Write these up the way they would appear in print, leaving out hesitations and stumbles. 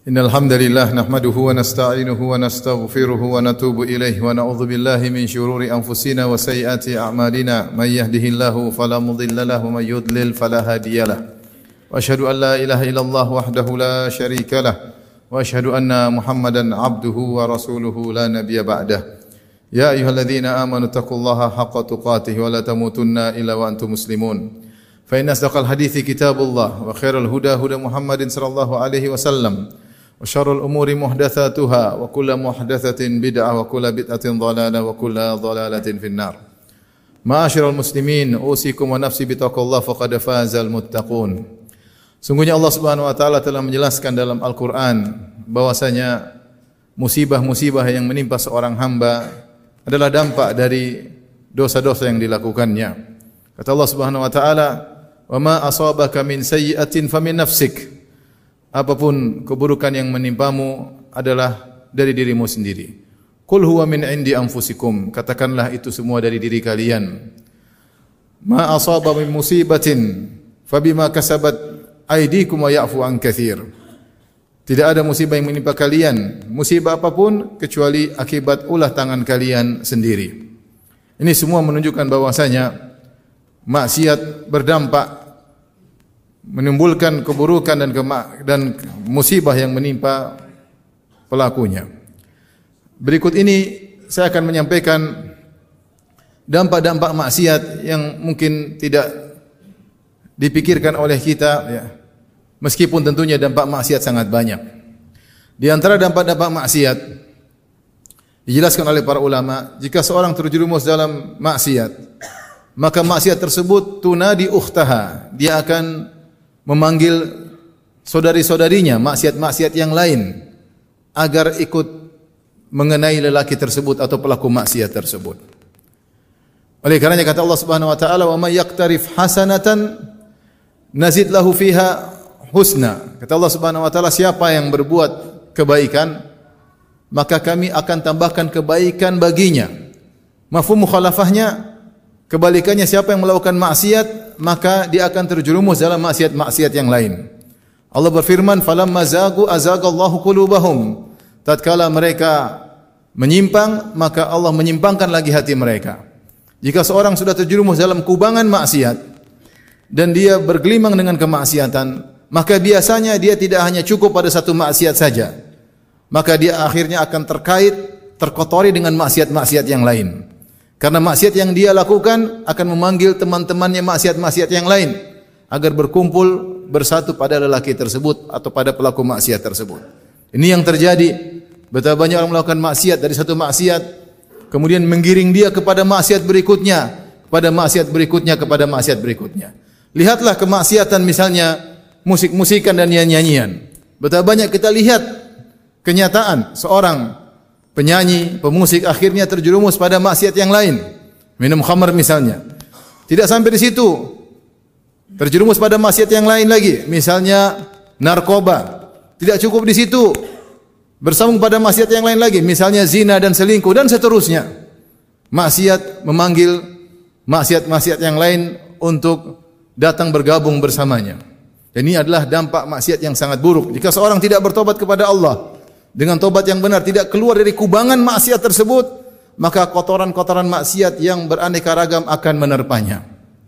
Innal hamdalillah nahmaduhu wa nasta'inuhu wa nastaghfiruhu wa natubu ilayhi wa na'udzu billahi min shururi anfusina wa sayyiati a'malina may yahdihillahu fala mudilla lahu wa may yudlil fala hadiyalah. Wa asyhadu an la ilaha illallah wahdahu la syarika lah wa asyhadu anna Muhammadan abduhu wa rasuluhu la nabiyya ba'dah. Ya ayyuhalladzina amanu taqullaha haqqa tuqatih wa la tamutunna illa wa antum muslimun. Fa inna asdaqal hadithi kitabullah wa khairal huda huda Muhammadin sallallahu alaihi wasallam. Wa syarrul umuri muhdatsatuha wa kullu muhdatsatin bid'ah wa kullu bid'atin dhalalah wa kullu dhalalatin finnar. Ma'asyiral muslimin, usikum wa nafsi bittaqwallahi faqad fazal muttaqun. Sungguhnya Allah Subhanahu wa taala telah menjelaskan dalam Al-Qur'an bahwasanya musibah-musibah yang menimpa seorang hamba adalah dampak dari dosa-dosa yang dilakukannya. Kata Allah Subhanahu wa taala, "Wa ma asabaka min sayyi'atin famin nafsik." Apapun keburukan yang menimpamu adalah dari dirimu sendiri. Qul huwa min indi anfusikum. Katakanlah itu semua dari diri kalian. Ma asaba min musibatin fabima kasabat aydikum wa ya'fu an katsir. Tidak ada musibah yang menimpa kalian, musibah apapun kecuali akibat ulah tangan kalian sendiri. Ini semua menunjukkan bahwasanya maksiat berdampak menimbulkan keburukan dan musibah yang menimpa pelakunya. Berikut ini saya akan menyampaikan dampak-dampak maksiat yang mungkin tidak dipikirkan oleh kita, ya. Meskipun tentunya dampak maksiat sangat banyak. Di antara dampak-dampak maksiat dijelaskan oleh para ulama, jika seorang terjerumus dalam maksiat, maka maksiat tersebut tunadi ukhtaha, dia akan memanggil saudari-saudarinya, maksiat-maksiat yang lain agar ikut mengenai lelaki tersebut atau pelaku maksiat tersebut. Oleh karenanya kata Allah Subhanahu wa taala, "Wa may yaqtarif hasanatan nazid lahu fiha husna." Kata Allah Subhanahu wa taala, siapa yang berbuat kebaikan, maka kami akan tambahkan kebaikan baginya. Mafhum mukhalafahnya, kebalikannya, siapa yang melakukan maksiat maka dia akan terjerumus dalam maksiat-maksiat yang lain. Allah berfirman, "Falamma zagu azagallahu qulubahum." Tatkala mereka menyimpang, maka Allah menyimpangkan lagi hati mereka. Jika seorang sudah terjerumus dalam kubangan maksiat dan dia bergelimang dengan kemaksiatan, maka biasanya dia tidak hanya cukup pada satu maksiat saja. Maka dia akhirnya akan terkotori dengan maksiat-maksiat yang lain. Karena maksiat yang dia lakukan akan memanggil teman-temannya maksiat-maksiat yang lain agar berkumpul bersatu pada lelaki tersebut atau pada pelaku maksiat tersebut. Ini yang terjadi. Betapa banyak orang melakukan maksiat dari satu maksiat kemudian menggiring dia kepada maksiat berikutnya, kepada maksiat berikutnya, kepada maksiat berikutnya. Lihatlah kemaksiatan misalnya musik-musikan dan nyanyian. Betapa banyak kita lihat kenyataan seorang penyanyi, pemusik akhirnya terjerumus pada maksiat yang lain. Minum khamar misalnya. Tidak sampai di situ. Terjerumus pada maksiat yang lain lagi. Misalnya narkoba. Tidak cukup di situ. Bersambung pada maksiat yang lain lagi. Misalnya zina dan selingkuh dan seterusnya. Maksiat memanggil maksiat-maksiat yang lain untuk datang bergabung bersamanya. Dan ini adalah dampak maksiat yang sangat buruk. Jika seorang tidak bertobat kepada Allah dengan tobat yang benar, tidak keluar dari kubangan maksiat tersebut, maka kotoran-kotoran maksiat yang beraneka ragam akan menerpanya.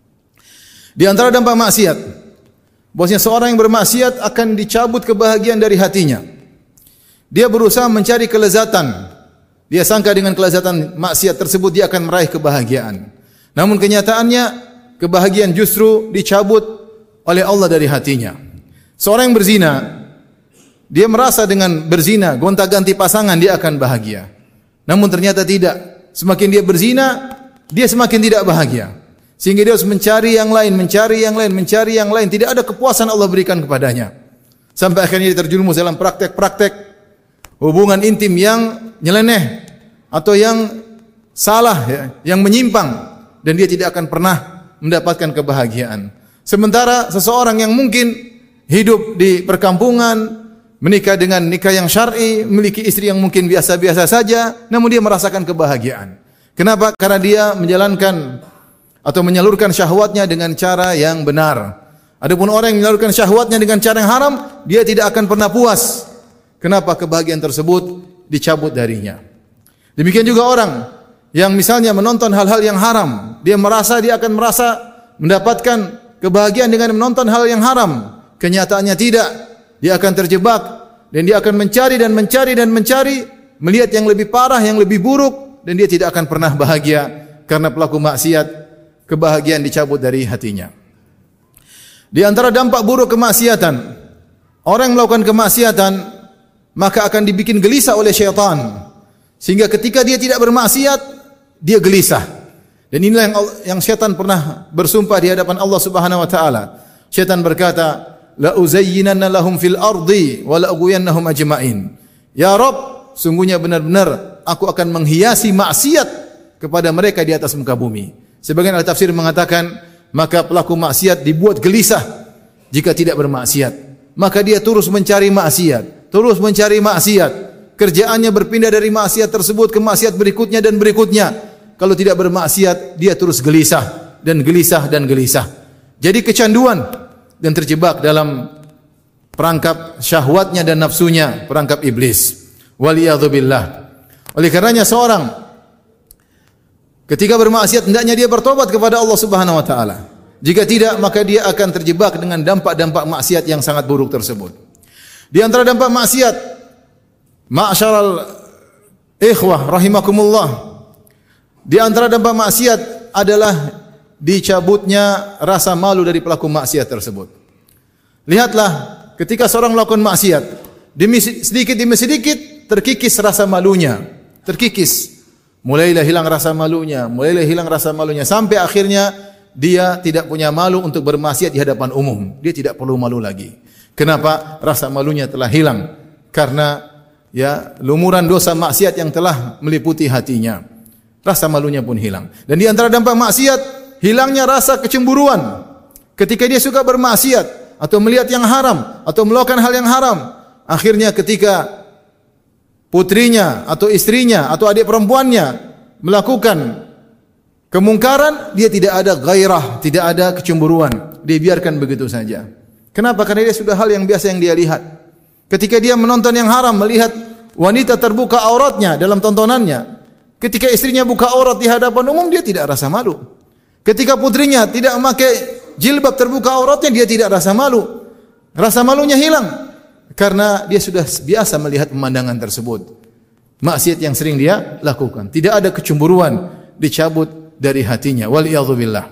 Di antara dampak maksiat, bahwasanya seorang yang bermaksiat akan dicabut kebahagiaan dari hatinya. Dia berusaha mencari kelezatan. Dia sangka dengan kelezatan maksiat tersebut dia akan meraih kebahagiaan. Namun kenyataannya kebahagiaan justru dicabut oleh Allah dari hatinya. Seorang yang berzina, dia merasa dengan berzina, gonta-ganti pasangan dia akan bahagia. Namun ternyata tidak. Semakin dia berzina, dia semakin tidak bahagia. Sehingga dia harus mencari yang lain, mencari yang lain, mencari yang lain. Tidak ada kepuasan Allah berikan kepadanya. Sampai akhirnya dia terjerumus dalam praktek-praktek hubungan intim yang nyeleneh atau yang salah, ya, yang menyimpang, dan dia tidak akan pernah mendapatkan kebahagiaan. Sementara seseorang yang mungkin hidup di perkampungan, menikah dengan nikah yang syar'i, memiliki istri yang mungkin biasa-biasa saja, namun dia merasakan kebahagiaan. Kenapa? Karena dia menjalankan atau menyalurkan syahwatnya dengan cara yang benar. Adapun orang yang menyalurkan syahwatnya dengan cara yang haram, dia tidak akan pernah puas. kenapa kebahagiaan tersebut dicabut darinya. Demikian juga orang yang misalnya menonton hal-hal yang haram, dia akan merasa mendapatkan kebahagiaan dengan menonton hal yang haram. Kenyataannya tidak. Dia akan terjebak dan dia akan mencari dan mencari, melihat yang lebih parah, yang lebih buruk, dan dia tidak akan pernah bahagia karena pelaku maksiat kebahagiaan dicabut dari hatinya. Di antara dampak buruk kemaksiatan, orang yang melakukan kemaksiatan maka akan dibikin gelisah oleh syaitan. Sehingga ketika dia tidak bermaksiat, dia gelisah. Dan inilah yang syaitan pernah bersumpah di hadapan Allah Subhanahu wa taala. Syaitan berkata, "La uzayyinanna lahum fil ardi wa la ughwiyannahum ajma'in." Ya Rabb, sungguhnya benar-benar aku akan menghiasi maksiat kepada mereka di atas muka bumi. Sebagian ahli tafsir mengatakan, maka pelaku maksiat dibuat gelisah jika tidak bermaksiat. Maka dia terus mencari maksiat, terus mencari maksiat. Kerjaannya berpindah dari maksiat tersebut ke maksiat berikutnya dan berikutnya. Kalau tidak bermaksiat, dia terus gelisah dan gelisah dan gelisah. Jadi kecanduan dan terjebak dalam perangkap syahwatnya dan nafsunya, perangkap iblis. Waliyadzubillah. Oleh karenanya seorang ketika bermaksiat hendaknya dia bertobat kepada Allah Subhanahu wa taala. Jika tidak, maka dia akan terjebak dengan dampak-dampak maksiat yang sangat buruk tersebut. Di antara dampak maksiat, ma'syaral ikhwah rahimakumullah, di antara dampak maksiat adalah dicabutnya rasa malu dari pelaku maksiat tersebut. Lihatlah, ketika seorang melakukan maksiat, sedikit demi sedikit terkikis rasa malunya, terkikis. Mulailah hilang rasa malunya, sampai akhirnya dia tidak punya malu untuk bermaksiat di hadapan umum. Dia tidak perlu malu lagi. Kenapa? Rasa malunya telah hilang karena lumuran dosa maksiat yang telah meliputi hatinya. Rasa malunya pun hilang. Dan di antara dampak maksiat, hilangnya rasa kecemburuan. Ketika dia suka bermaksiat atau melihat yang haram atau melakukan hal yang haram, akhirnya ketika putrinya atau istrinya atau adik perempuannya melakukan kemungkaran, dia tidak ada gairah, tidak ada kecemburuan. Dia biarkan begitu saja. Kenapa? Karena dia sudah hal yang biasa yang dia lihat. Ketika dia menonton yang haram, melihat wanita terbuka auratnya dalam tontonannya. Ketika istrinya buka aurat di hadapan umum, dia tidak rasa malu. Ketika putrinya tidak memakai jilbab terbuka auratnya, dia tidak rasa malu. Rasa malunya hilang karena dia sudah biasa melihat pemandangan tersebut. Maksiat yang sering dia lakukan. Tidak ada kecemburuan, dicabut dari hatinya. Waliyadzubillah.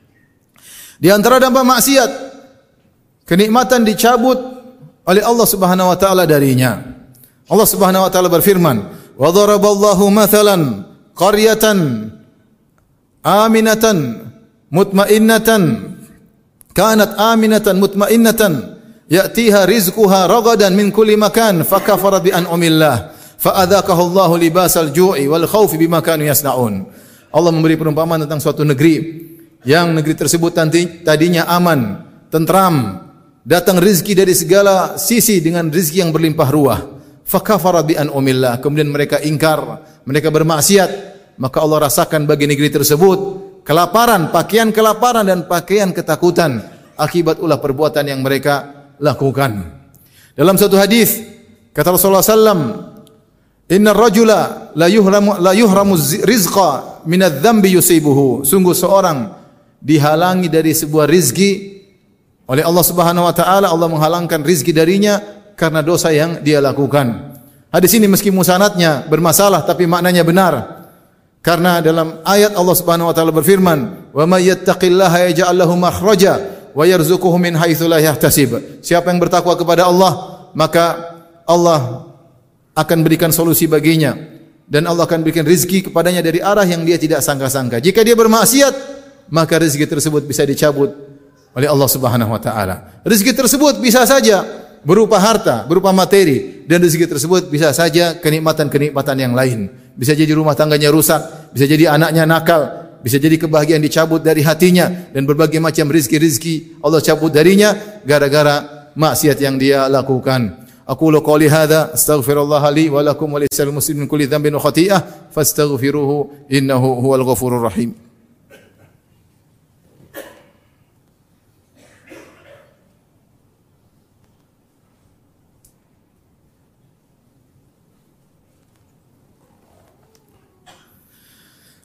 Di antara dampak maksiat, kenikmatan dicabut oleh Allah Subhanahu wa taala darinya. Allah Subhanahu wa taala berfirman, "Wa daraballahu mathalan qaryatan aminatan mutmainnatan kanat aminatan mutmainnatan ya'tiha rizquha ragadan min kulli makan fakafarat bi an'amillah fa'adzaqahu Allahu libasal ju'i wal khaufi bima kanu yasna'un." Allah memberi perumpamaan tentang suatu negeri yang negeri tersebut tadinya aman, tentram, datang rezeki dari segala sisi dengan rezeki yang berlimpah ruah. Fakafarat bi an'amillah, kemudian mereka ingkar, mereka bermaksiat, maka Allah rasakan bagi negeri tersebut kelaparan, pakaian kelaparan dan pakaian ketakutan akibat ulah perbuatan yang mereka lakukan. Dalam satu hadis kata Rasulullah sallallahu Inna rajula la yuhramu rizqa minadz dzambi yusibuhu. Sungguh seorang dihalangi dari sebuah rizki oleh Allah Subhanahu wa taala. Allah menghalangkan rizki darinya karena dosa yang dia lakukan. Hadis ini meski musanadnya bermasalah tapi maknanya benar. Karena dalam ayat Allah Subhanahu wa taala berfirman, "Wa may yattaqillaha yaj'al lahu makhraja wa yarzuquhu min haitsu la yahtasib." Siapa yang bertakwa kepada Allah, maka Allah akan berikan solusi baginya dan Allah akan berikan rezeki kepadanya dari arah yang dia tidak sangka-sangka. Jika dia bermaksiat, maka rezeki tersebut bisa dicabut oleh Allah Subhanahu wa taala. Rezeki tersebut bisa saja berupa harta, berupa materi, dan rezeki tersebut bisa saja kenikmatan-kenikmatan yang lain. Bisa jadi rumah tangganya rusak, bisa jadi anaknya nakal, bisa jadi kebahagiaan dicabut dari hatinya dan berbagai macam rezeki-rezeki Allah cabut darinya gara-gara maksiat yang dia lakukan. Aqulu qouli hadza astaghfirullah li wa lakum wa lisal muslimin kulli dhanbin wa khati'ah fastaghfiruhu innahu huwal ghafurur rahim.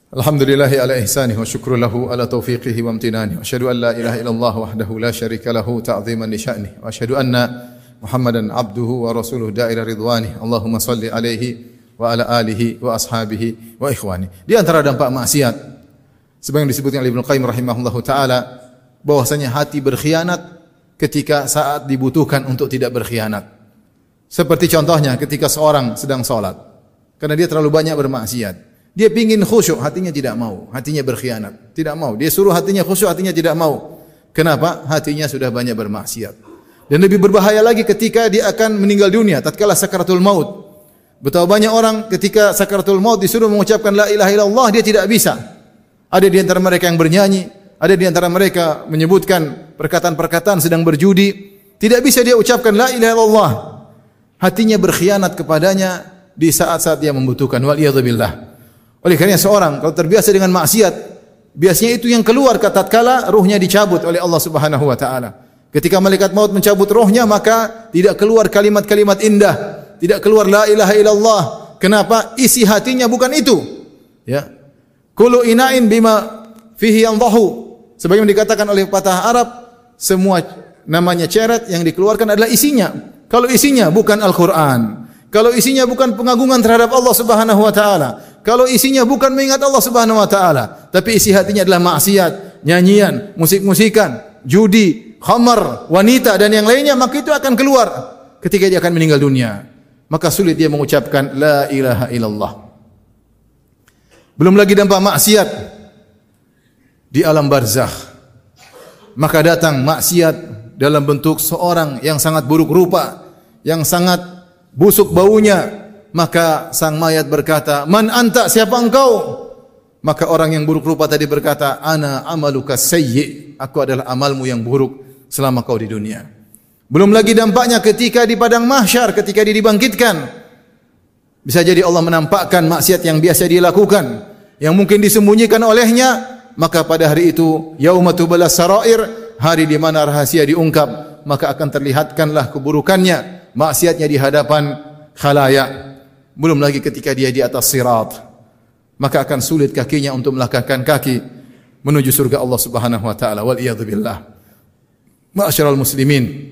Alhamdulillahi ala ihsanih wa syukru lahu ala taufiqihi wa amtinanih. Wa asyhadu an la ilaha illallah wahdahu la syarika lahu ta'ziman li sya'nih. Wa asyhadu anna Muhammadan abduhu wa rasuluhu da'ila ridwanih. Allahumma salli alaihi wa ala alihi wa ashabihi wa ikhwani. Di antara dampak maksiat sebagaimana disebutkan oleh Ibnu Qayyim rahimahullahu taala bahwasanya hati berkhianat ketika saat dibutuhkan untuk tidak berkhianat. Seperti contohnya ketika seorang sedang salat karena dia terlalu banyak bermaksiat. Dia pingin khusyuk, hatinya tidak mau. Hatinya berkhianat, tidak mau. Dia suruh hatinya khusyuk, hatinya tidak mau. Kenapa? Hatinya sudah banyak bermaksiat. Dan lebih berbahaya lagi ketika dia akan meninggal dunia, tatkala sakaratul maut. Betapa banyak orang ketika sakaratul maut disuruh mengucapkan la ilaha illallah, dia tidak bisa. Ada di antara mereka yang bernyanyi, ada di antara mereka menyebutkan perkataan-perkataan sedang berjudi. Tidak bisa dia ucapkan la ilaha illallah. Hatinya berkhianat kepadanya di saat-saat dia membutuhkan. Waliyadzubillah. Oleh karena seorang kalau terbiasa dengan maksiat, biasanya itu yang keluar tatkala ruhnya dicabut oleh Allah Subhanahu wa taala. Ketika malaikat maut mencabut ruhnya, maka tidak keluar kalimat-kalimat indah, tidak keluar la ilaha illallah. Kenapa? Isi hatinya bukan itu. Ya. Kullu ina'in bima fihi yandahu. Sebagaimana dikatakan oleh pepatah Arab, semua namanya ceret yang dikeluarkan adalah isinya. Kalau isinya bukan Al-Qur'an, kalau isinya bukan pengagungan terhadap Allah Subhanahu wa taala, kalau isinya bukan mengingat Allah Subhanahu wa taala, tapi isi hatinya adalah maksiat, nyanyian, musik-musikan, judi, khamar, wanita dan yang lainnya, maka itu akan keluar ketika dia akan meninggal dunia. Maka sulit dia mengucapkan la ilaha illallah. Belum lagi dampak maksiat di alam barzakh. Maka datang maksiat dalam bentuk seorang yang sangat buruk rupa, yang sangat busuk baunya. Maka sang mayat berkata, "Man anta, siapa engkau?" Maka orang yang buruk rupa tadi berkata, "Ana amaluka sayyi." Aku adalah amalmu yang buruk selama kau di dunia. Belum lagi dampaknya ketika di padang mahsyar, ketika dia dibangkitkan. Bisa jadi Allah menampakkan maksiat yang biasa dia lakukan, yang mungkin disembunyikan olehnya, maka pada hari itu yauma tubalas sarair, hari di mana rahasia diungkap, maka akan terlihatkanlah keburukannya, maksiatnya di hadapan khalayak. Belum lagi ketika dia di atas sirat, maka akan sulit kakinya untuk melangkahkan kaki menuju surga Allah Subhanahu wa taala. Wal iyadzu billah. Ma'asyiral muslimin,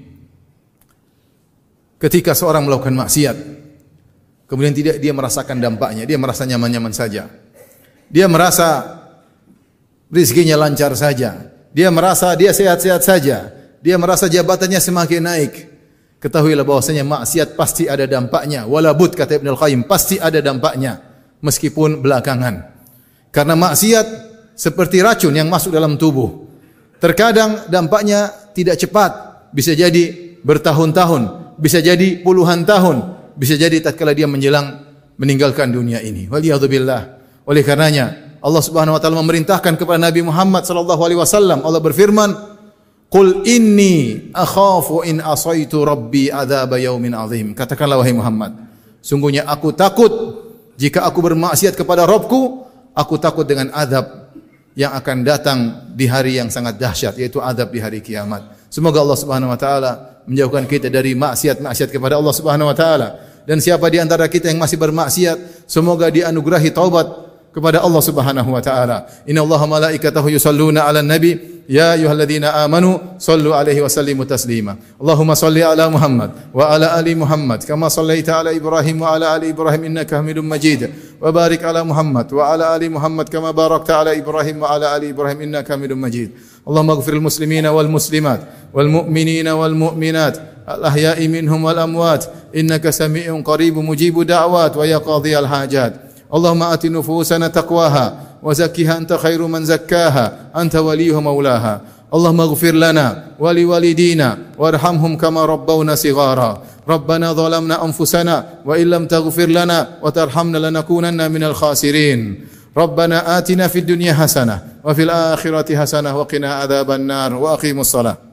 ketika seorang melakukan maksiat, kemudian tidak dia merasakan dampaknya, dia merasa nyaman-nyaman saja. Dia merasa rezekinya lancar saja. Dia merasa dia sehat-sehat saja. Dia merasa jabatannya semakin naik. Ketahuilah bahwasanya maksiat pasti ada dampaknya. Walabud, kata Ibnu Qayyim, pasti ada dampaknya meskipun belakangan. Karena maksiat seperti racun yang masuk dalam tubuh. Terkadang dampaknya tidak cepat, bisa jadi bertahun-tahun, bisa jadi puluhan tahun, bisa jadi tatkala dia menjelang meninggalkan dunia ini. Waliyadzubillah. Oleh karenanya Allah Subhanahu wa taala memerintahkan kepada Nabi Muhammad sallallahu alaihi wasallam, Allah berfirman, "Qul inni akhafu in asaitu rabbi adzab yaumin azim." Katakanlah wahai Muhammad, sungguhnya aku takut jika aku bermaksiat kepada Rabbku, aku takut dengan azab yang akan datang di hari yang sangat dahsyat, yaitu azab di hari kiamat. Semoga Allah Subhanahu wa taala menjauhkan kita dari maksiat-maksiat kepada Allah Subhanahu wa taala. Dan siapa di antara kita yang masih bermaksiat, semoga dianugerahi taubat kepada Allah Subhanahu wa taala. Innallaha malaikatahu yusalluna 'alan nabi ya ayyuhalladzina amanu sallu 'alaihi wa sallimu taslima. Allahumma salli 'ala Muhammad wa 'ala ali Muhammad kama shallaita 'ala Ibrahim wa 'ala ali Ibrahim innaka Hamidum Majid. Wa barik 'ala Muhammad wa 'ala ali Muhammad kama barakta 'ala Ibrahim wa 'ala ali Ibrahim innaka Hamidum Majid. Allahumma ighfiril muslimina wal muslimat wal mu'minina wal mu'minat al-ahya'i minhum wal amwat innaka samii'un qaribun mujibud da'wat wa ya qadhiyal hajat. Allahumma ati nufusana taqwaha wa zakkiha anta khairu man zakkaha anta waliyuha maulaha. Allahumma ighfir lana wa liwalidina warhamhum kama rabbawna shighara. Rabbana zalamna anfusana wa illam taghfir lana wa tarhamna lanakunanna minal khasirin. Rabbana atina fid dunya hasanah wa fil akhirati hasanah wa qina adzaban nar wa aqimus shalah.